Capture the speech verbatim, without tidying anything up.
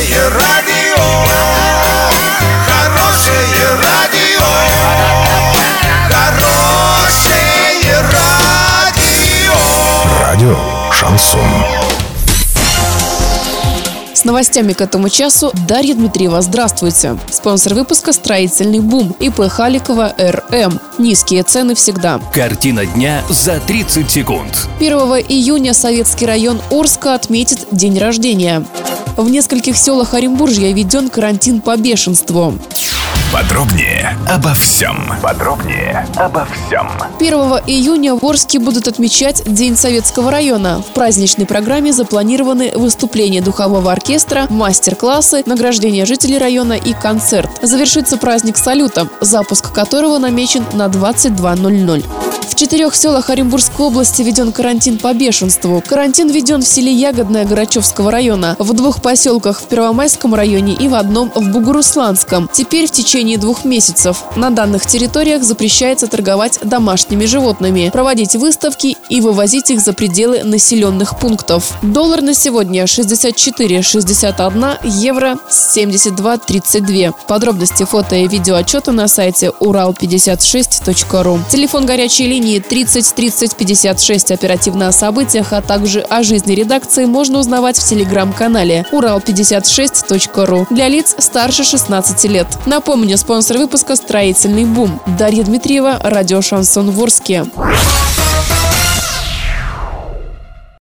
Хорошее радио, хорошее радио, хорошее радио. Радио Шансон. С новостями к этому часу Дарья Дмитриева. Здравствуйте. Спонсор выпуска «Строительный бум». ИП Халикова эр.эм. Низкие цены всегда. Картина дня за тридцать секунд. первого июня Советский район Орска отметит день рождения. В нескольких селах Оренбуржья введен карантин по бешенству. Подробнее обо всем. Подробнее обо всем. первого июня в Орске будут отмечать День Советского района. В праздничной программе запланированы выступления духового оркестра, мастер-классы, награждение жителей района и концерт. Завершится праздник салютом, запуск которого намечен на двадцать два ноль ноль. В четырех селах Оренбургской области введен карантин по бешенству. Карантин введен в селе Ягодное Грачевского района, в двух поселках в Первомайском районе и в одном в Бугурусланском. Теперь в течение двух месяцев на данных территориях запрещается торговать домашними животными, проводить выставки и вывозить их за пределы населенных пунктов. Доллар на сегодня шестьдесят четыре шестьдесят один, евро семьдесят два тридцать два. Подробности, фото и видео отчета на сайте урал пятьдесят шесть точка ру. Телефон горячей линии тридцать тридцать пятьдесят шесть. Оперативно о событиях, а также о жизни редакции можно узнавать в телеграм-канале урал пятьдесят шесть точка ру для лиц старше шестнадцати лет. Напомню, спонсор выпуска «Строительный бум». Дарья Дмитриева, радио Шансон в Орске.